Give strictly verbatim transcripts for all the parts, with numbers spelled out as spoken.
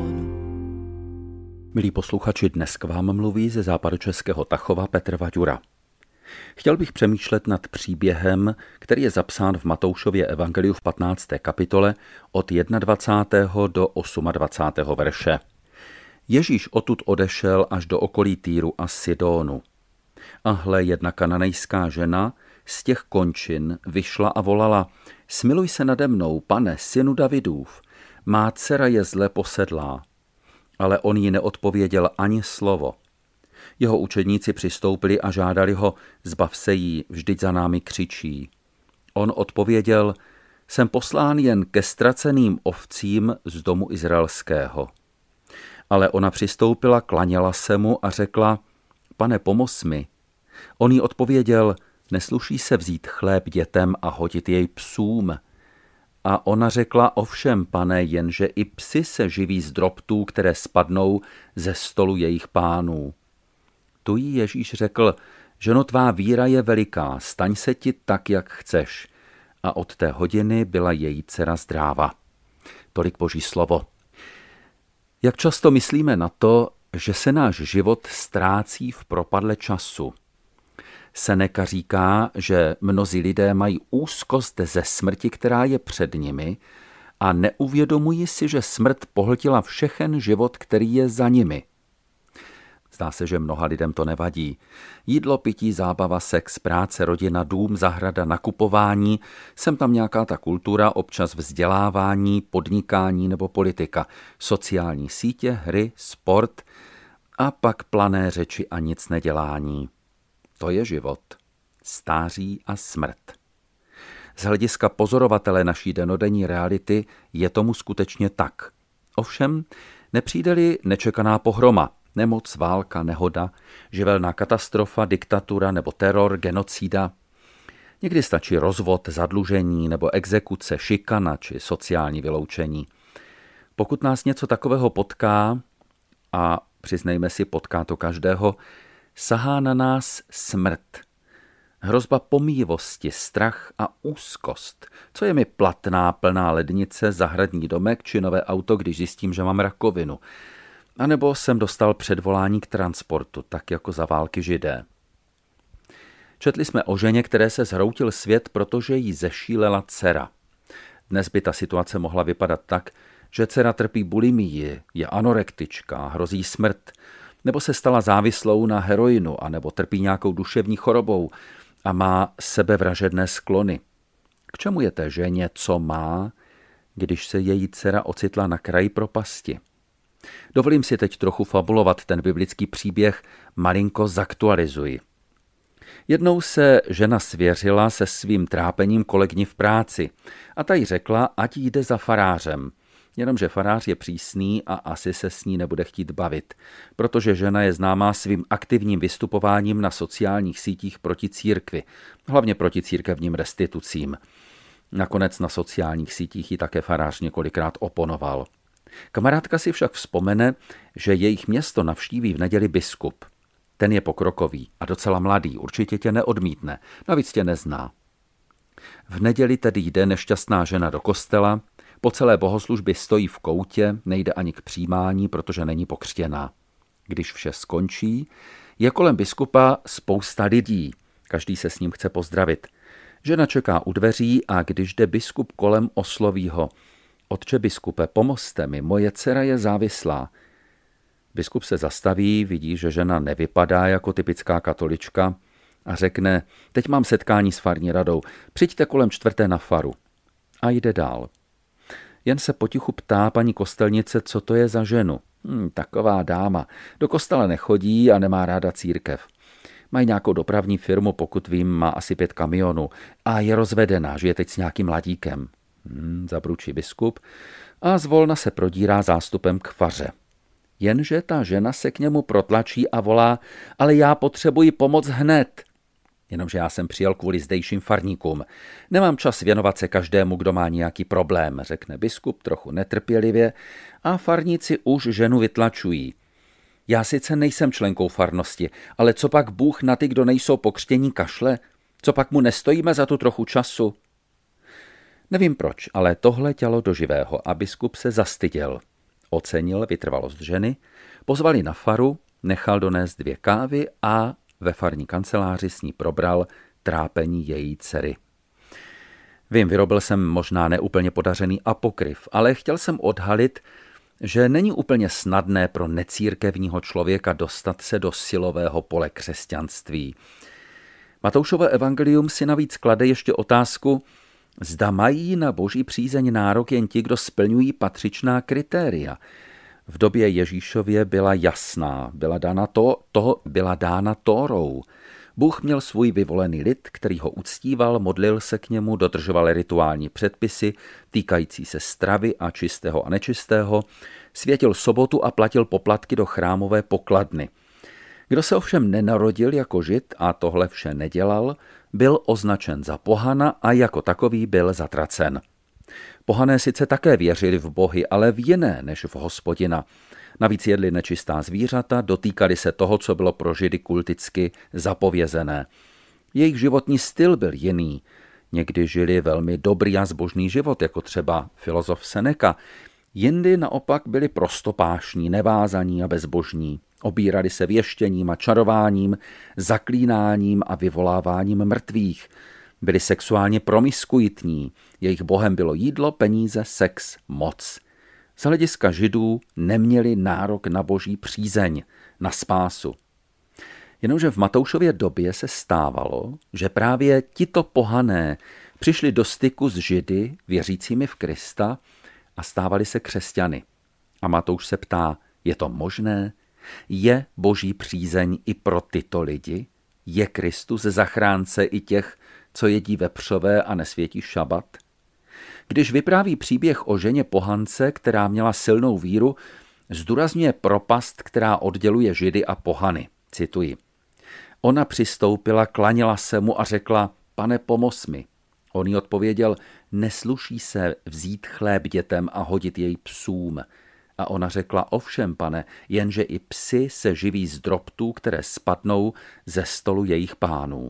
Sidonu. Milí posluchači, dnes k vám mluví ze západočeského Tachova Petr Vaďura. Chtěl bych přemýšlet nad příběhem, který je zapsán v Matoušově evangeliu v patnácté kapitole od dvacátého prvního do dvacátého osmého verše. Ježíš odtud odešel až do okolí Týru a Sidonu. A hle, jedna kananejská žena z těch končin vyšla a volala: Smiluj se nade mnou, Pane, synu Davidův, má dcera je zle posedlá. Ale on jí neodpověděl ani slovo. Jeho učedníci přistoupili a žádali ho: Zbav se jí, vždyť za námi křičí. On odpověděl: Jsem poslán jen ke ztraceným ovcím z domu izraelského. Ale ona přistoupila, klaněla se mu a řekla: Pane, pomoz mi. On jí odpověděl: Nesluší se vzít chléb dětem a hodit jej psům. A ona řekla: Ovšem, pane, jenže i psi se živí z drobtů, které spadnou ze stolu jejich pánů. Tu jí Ježíš řekl: Ženo, tvá víra je veliká, staň se ti tak, jak chceš. A od té hodiny byla její dcera zdráva. Tolik Boží slovo. Jak často myslíme na to, že se náš život ztrácí v propadle času. Seneca říká, že mnozí lidé mají úzkost ze smrti, která je před nimi, a neuvědomují si, že smrt pohltila všechen život, který je za nimi. Zdá se, že mnoha lidem to nevadí. Jídlo, pití, zábava, sex, práce, rodina, dům, zahrada, nakupování, sem tam nějaká ta kultura, občas vzdělávání, podnikání nebo politika, sociální sítě, hry, sport a pak plané řeči a nic nedělání. To je život, stáří a smrt. Z hlediska pozorovatele naší denodenní reality je tomu skutečně tak. Ovšem, nepřijde-li nečekaná pohroma, nemoc, válka, nehoda, živelná katastrofa, diktatura nebo teror, genocída, někdy stačí rozvod, zadlužení nebo exekuce, šikana či sociální vyloučení. Pokud nás něco takového potká, a přiznejme si, potká to každého, sahá na nás smrt. Hrozba pomíjivosti, strach a úzkost. Co je mi platná, plná lednice, zahradní domek či nové auto, když zjistím, že mám rakovinu? A nebo jsem dostal předvolání k transportu, tak jako za války Židé. Četli jsme o ženě, které se zhroutil svět, protože jí zešílela dcera. Dnes by ta situace mohla vypadat tak, že dcera trpí bulimii, je anorektička, hrozí smrt, nebo se stala závislou na heroinu, anebo trpí nějakou duševní chorobou a má sebevražedné sklony. K čemu je té ženě, co má, když se její dcera ocitla na kraji propasti? Dovolím si teď trochu fabulovat, ten biblický příběh malinko zaktualizuji. Jednou se žena svěřila se svým trápením kolegyni v práci a ta jí řekla, ať jde za farářem. Jenomže farář je přísný a asi se s ní nebude chtít bavit, protože žena je známá svým aktivním vystupováním na sociálních sítích proti církvi, hlavně proti církevním restitucím. Nakonec na sociálních sítích ji také farář několikrát oponoval. Kamarádka si však vzpomene, že jejich město navštíví v neděli biskup. Ten je pokrokový a docela mladý, určitě tě neodmítne, navíc tě nezná. V neděli tedy jde nešťastná žena do kostela, po celé bohoslužbě stojí v koutě, nejde ani k přijímání, protože není pokřtěná. Když vše skončí, je kolem biskupa spousta lidí. Každý se s ním chce pozdravit. Žena čeká u dveří a když jde biskup kolem, osloví ho: Otče biskupe, pomozte mi, moje dcera je závislá. Biskup se zastaví, vidí, že žena nevypadá jako typická katolička a řekne: Teď mám setkání s farní radou, přijďte kolem čtvrté na faru. A jde dál. Jen se potichu ptá paní kostelnice, co to je za ženu. Hm, taková dáma. Do kostela nechodí a nemá ráda církev. Mají nějakou dopravní firmu, pokud vím, má asi pět kamionů. A je rozvedená, žije teď s nějakým mladíkem. Hm, zabručí biskup a zvolna se prodírá zástupem k faře. Jenže ta žena se k němu protlačí a volá: Ale já potřebuji pomoc hned. Jenomže já jsem přijel kvůli zdejším farníkům. Nemám čas věnovat se každému, kdo má nějaký problém, řekne biskup trochu netrpělivě a farníci už ženu vytlačují. Já sice nejsem členkou farnosti, ale co pak Bůh na ty, kdo nejsou pokřtění, kašle? Co pak mu nestojíme za tu trochu času? Nevím proč, ale tohle tělo do živého a biskup se zastyděl. ocenil vytrvalost ženy, pozvali na faru, nechal donést dvě kávy a ve farní kanceláři s ní probral trápení její dcery. Vím, vyrobil jsem možná neúplně podařený apokryf, ale chtěl jsem odhalit, že není úplně snadné pro necírkevního člověka dostat se do silového pole křesťanství. Matoušovo evangelium si navíc klade ještě otázku, zda mají na boží přízeň nárok jen ti, kdo splňují patřičná kritéria. V době Ježíšově byla jasná, byla dána, to, to, byla dána Tórou. Bůh měl svůj vyvolený lid, který ho uctíval, modlil se k němu, dodržoval rituální předpisy týkající se stravy a čistého a nečistého, světil sobotu a platil poplatky do chrámové pokladny. Kdo se ovšem nenarodil jako žid a tohle vše nedělal, byl označen za pohana a jako takový byl zatracen. Pohané sice také věřili v bohy, ale v jiné než v Hospodina. Navíc jedli nečistá zvířata, dotýkali se toho, co bylo pro židy kulticky zapovězené. Jejich životní styl byl jiný. Někdy žili velmi dobrý a zbožný život, jako třeba filozof Seneca. Jindy naopak byli prostopášní, nevázaní a bezbožní. Obírali se věštěním a čarováním, zaklínáním a vyvoláváním mrtvých. Byli sexuálně promiskuitní. Jejich bohem bylo jídlo, peníze, sex, moc. Z hlediska židů neměli nárok na boží přízeň, na spásu. Jenomže v Matoušově době se stávalo, že právě tito pohané přišli do styku s židy, věřícími v Krista, a stávali se křesťany. A Matouš se ptá, je to možné? Je boží přízeň i pro tyto lidi? Je Kristus zachránce i těch, co jedí vepřové a nesvětí šabat? Když vypráví příběh o ženě pohance, která měla silnou víru, zdůrazňuje propast, která odděluje židy a pohany. Cituji. Ona přistoupila, klaněla se mu a řekla, pane, pomoz mi. On jí odpověděl, nesluší se vzít chléb dětem a hodit jej psům. A ona řekla, ovšem, pane, jenže i psi se živí z drobtů, které spadnou ze stolu jejich pánů.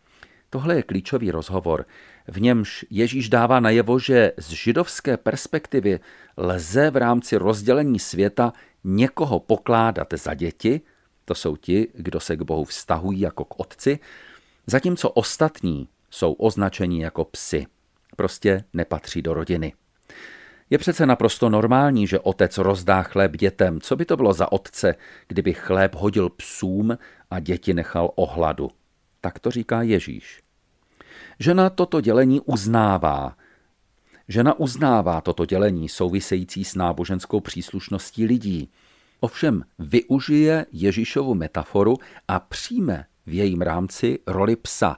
Tohle je klíčový rozhovor, v němž Ježíš dává najevo, že z židovské perspektivy lze v rámci rozdělení světa někoho pokládat za děti, to jsou ti, kdo se k Bohu vztahují jako k otci, zatímco ostatní jsou označeni jako psi. Prostě nepatří do rodiny. Je přece naprosto normální, že otec rozdá chléb dětem. Co by to bylo za otce, kdyby chléb hodil psům a děti nechal o hladu? Tak to říká Ježíš. Žena toto dělení uznává. Žena uznává toto dělení související s náboženskou příslušností lidí. Ovšem využije Ježíšovu metaforu a přijme v jejím rámci roli psa.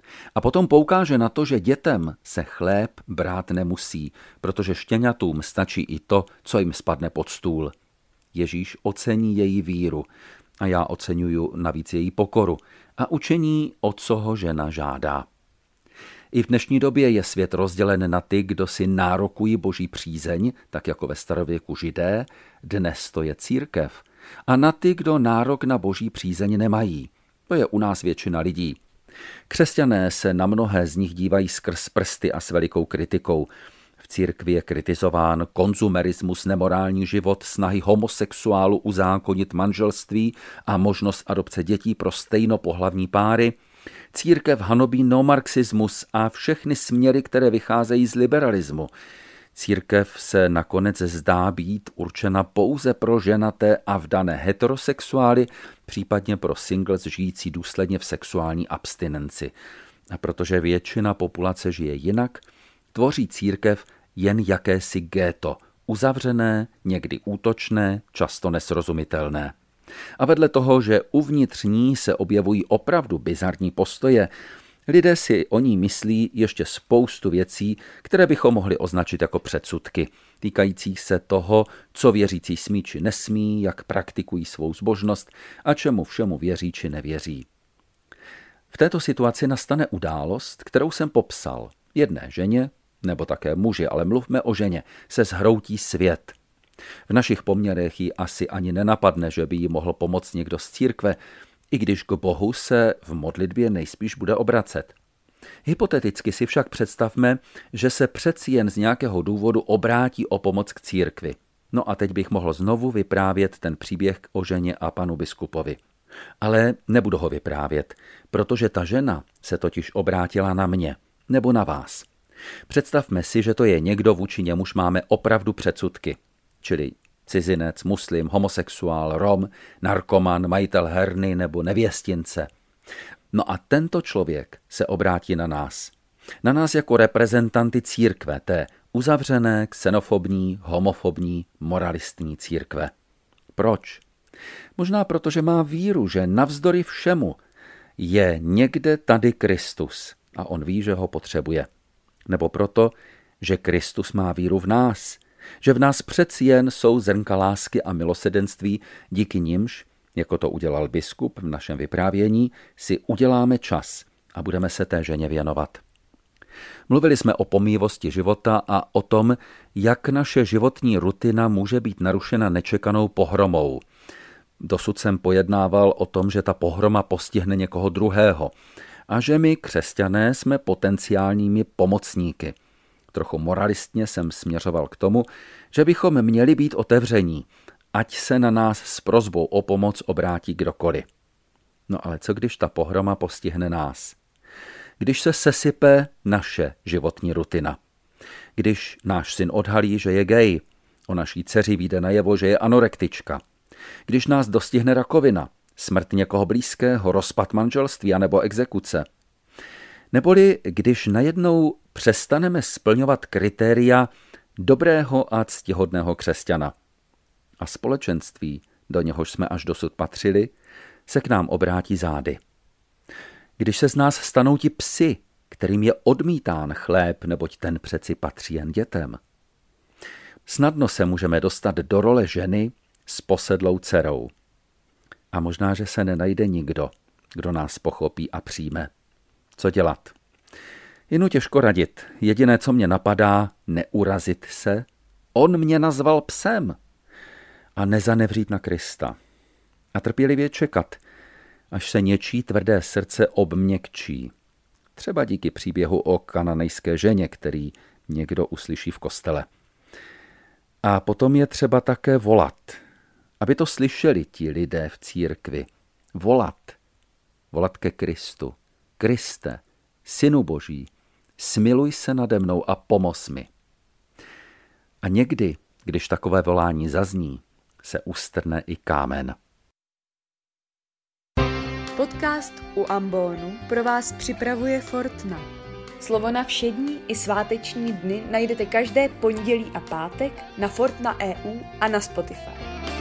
A potom poukáže na to, že dětem se chléb brát nemusí, protože štěňatům stačí i to, co jim spadne pod stůl. Ježíš ocení její víru a já oceňuju navíc její pokoru a učení, o co ho žena žádá. I v dnešní době je svět rozdělen na ty, kdo si nárokují boží přízeň, tak jako ve starověku Židé, dnes to je církev, a na ty, kdo nárok na boží přízeň nemají. To je u nás většina lidí. Křesťané se na mnohé z nich dívají skrz prsty a s velikou kritikou. V církvi je kritizován konzumerismus, nemorální život, snahy homosexuálů uzákonit manželství a možnost adopce dětí pro stejnopohlavní páry. Církev hanobí neomarxismus a všechny směry, které vycházejí z liberalismu. Církev se nakonec zdá být určena pouze pro ženaté a vdané heterosexuály, případně pro singles žijící důsledně v sexuální abstinenci. A protože většina populace žije jinak, tvoří církev jen jakési ghetto, uzavřené, někdy útočné, často nesrozumitelné. A vedle toho, že uvnitř ní se objevují opravdu bizarní postoje, lidé si o ní myslí ještě spoustu věcí, které bychom mohli označit jako předsudky, týkajících se toho, co věřící smí či nesmí, jak praktikují svou zbožnost a čemu všemu věří či nevěří. V této situaci nastane událost, kterou jsem popsal. Jedné ženě, nebo také muži, ale mluvme o ženě, se zhroutí svět. V našich poměrech jí asi ani nenapadne, že by jí mohl pomoct někdo z církve, i když k Bohu se v modlitbě nejspíš bude obracet. Hypoteticky si však představme, že se přeci jen z nějakého důvodu obrátí o pomoc k církvi. No a teď bych mohl znovu vyprávět ten příběh o ženě a panu biskupovi. Ale nebudu ho vyprávět, protože ta žena se totiž obrátila na mě, nebo na vás. Představme si, že to je někdo, vůči němuž máme opravdu předsudky, čili cizinec, muslim, homosexuál, rom, narkoman, majitel herny nebo nevěstince. No a tento člověk se obrátí na nás. Na nás jako reprezentanty církve, té uzavřené, xenofobní, homofobní, moralistní církve. Proč? Možná proto, že má víru, že navzdory všemu je někde tady Kristus a on ví, že ho potřebuje. Nebo proto, že Kristus má víru v nás, že v nás přeci jen jsou zrnka lásky a milosedenství, díky nimž, jako to udělal biskup v našem vyprávění, si uděláme čas a budeme se té ženě věnovat. Mluvili jsme o pomývosti života a o tom, jak naše životní rutina může být narušena nečekanou pohromou. Dosud jsem pojednával o tom, že ta pohroma postihne někoho druhého a že my, křesťané, jsme potenciálními pomocníky. Trochu moralistně jsem směřoval k tomu, že bychom měli být otevření, ať se na nás s prosbou o pomoc obrátí kdokoliv. No ale co když ta pohroma postihne nás? Když se sesype naše životní rutina. Když náš syn odhalí, že je gay, o naší dceři vyjde najevo, že je anorektička. Když nás dostihne rakovina, smrt někoho blízkého, rozpad manželství anebo exekuce. Neboli když najednou přestaneme splňovat kritéria dobrého a ctihodného křesťana. A společenství, do něhož jsme až dosud patřili, se k nám obrátí zády. Když se z nás stanou ti psi, kterým je odmítán chléb, neboť ten přeci patří jen dětem. Snadno se můžeme dostat do role ženy s posedlou dcerou. A možná, že se nenajde nikdo, kdo nás pochopí a přijme. Co dělat? Jinu těžko radit. Jediné, co mě napadá, neurazit se. On mě nazval psem. A nezanevřít na Krista. A trpělivě čekat, až se něčí tvrdé srdce obměkčí. Třeba díky příběhu o kananejské ženě, který někdo uslyší v kostele. A potom je třeba také volat, aby to slyšeli ti lidé v církvi. Volat. Volat ke Kristu. Kriste, Synu Boží, smiluj se nade mnou a pomoz mi. A někdy, když takové volání zazní, se ustrne i kámen. Podcast u ambonu pro vás připravuje Fortna. Slovo na všední i sváteční dny najdete každé pondělí a pátek na Fortna tečka e u a na Spotify.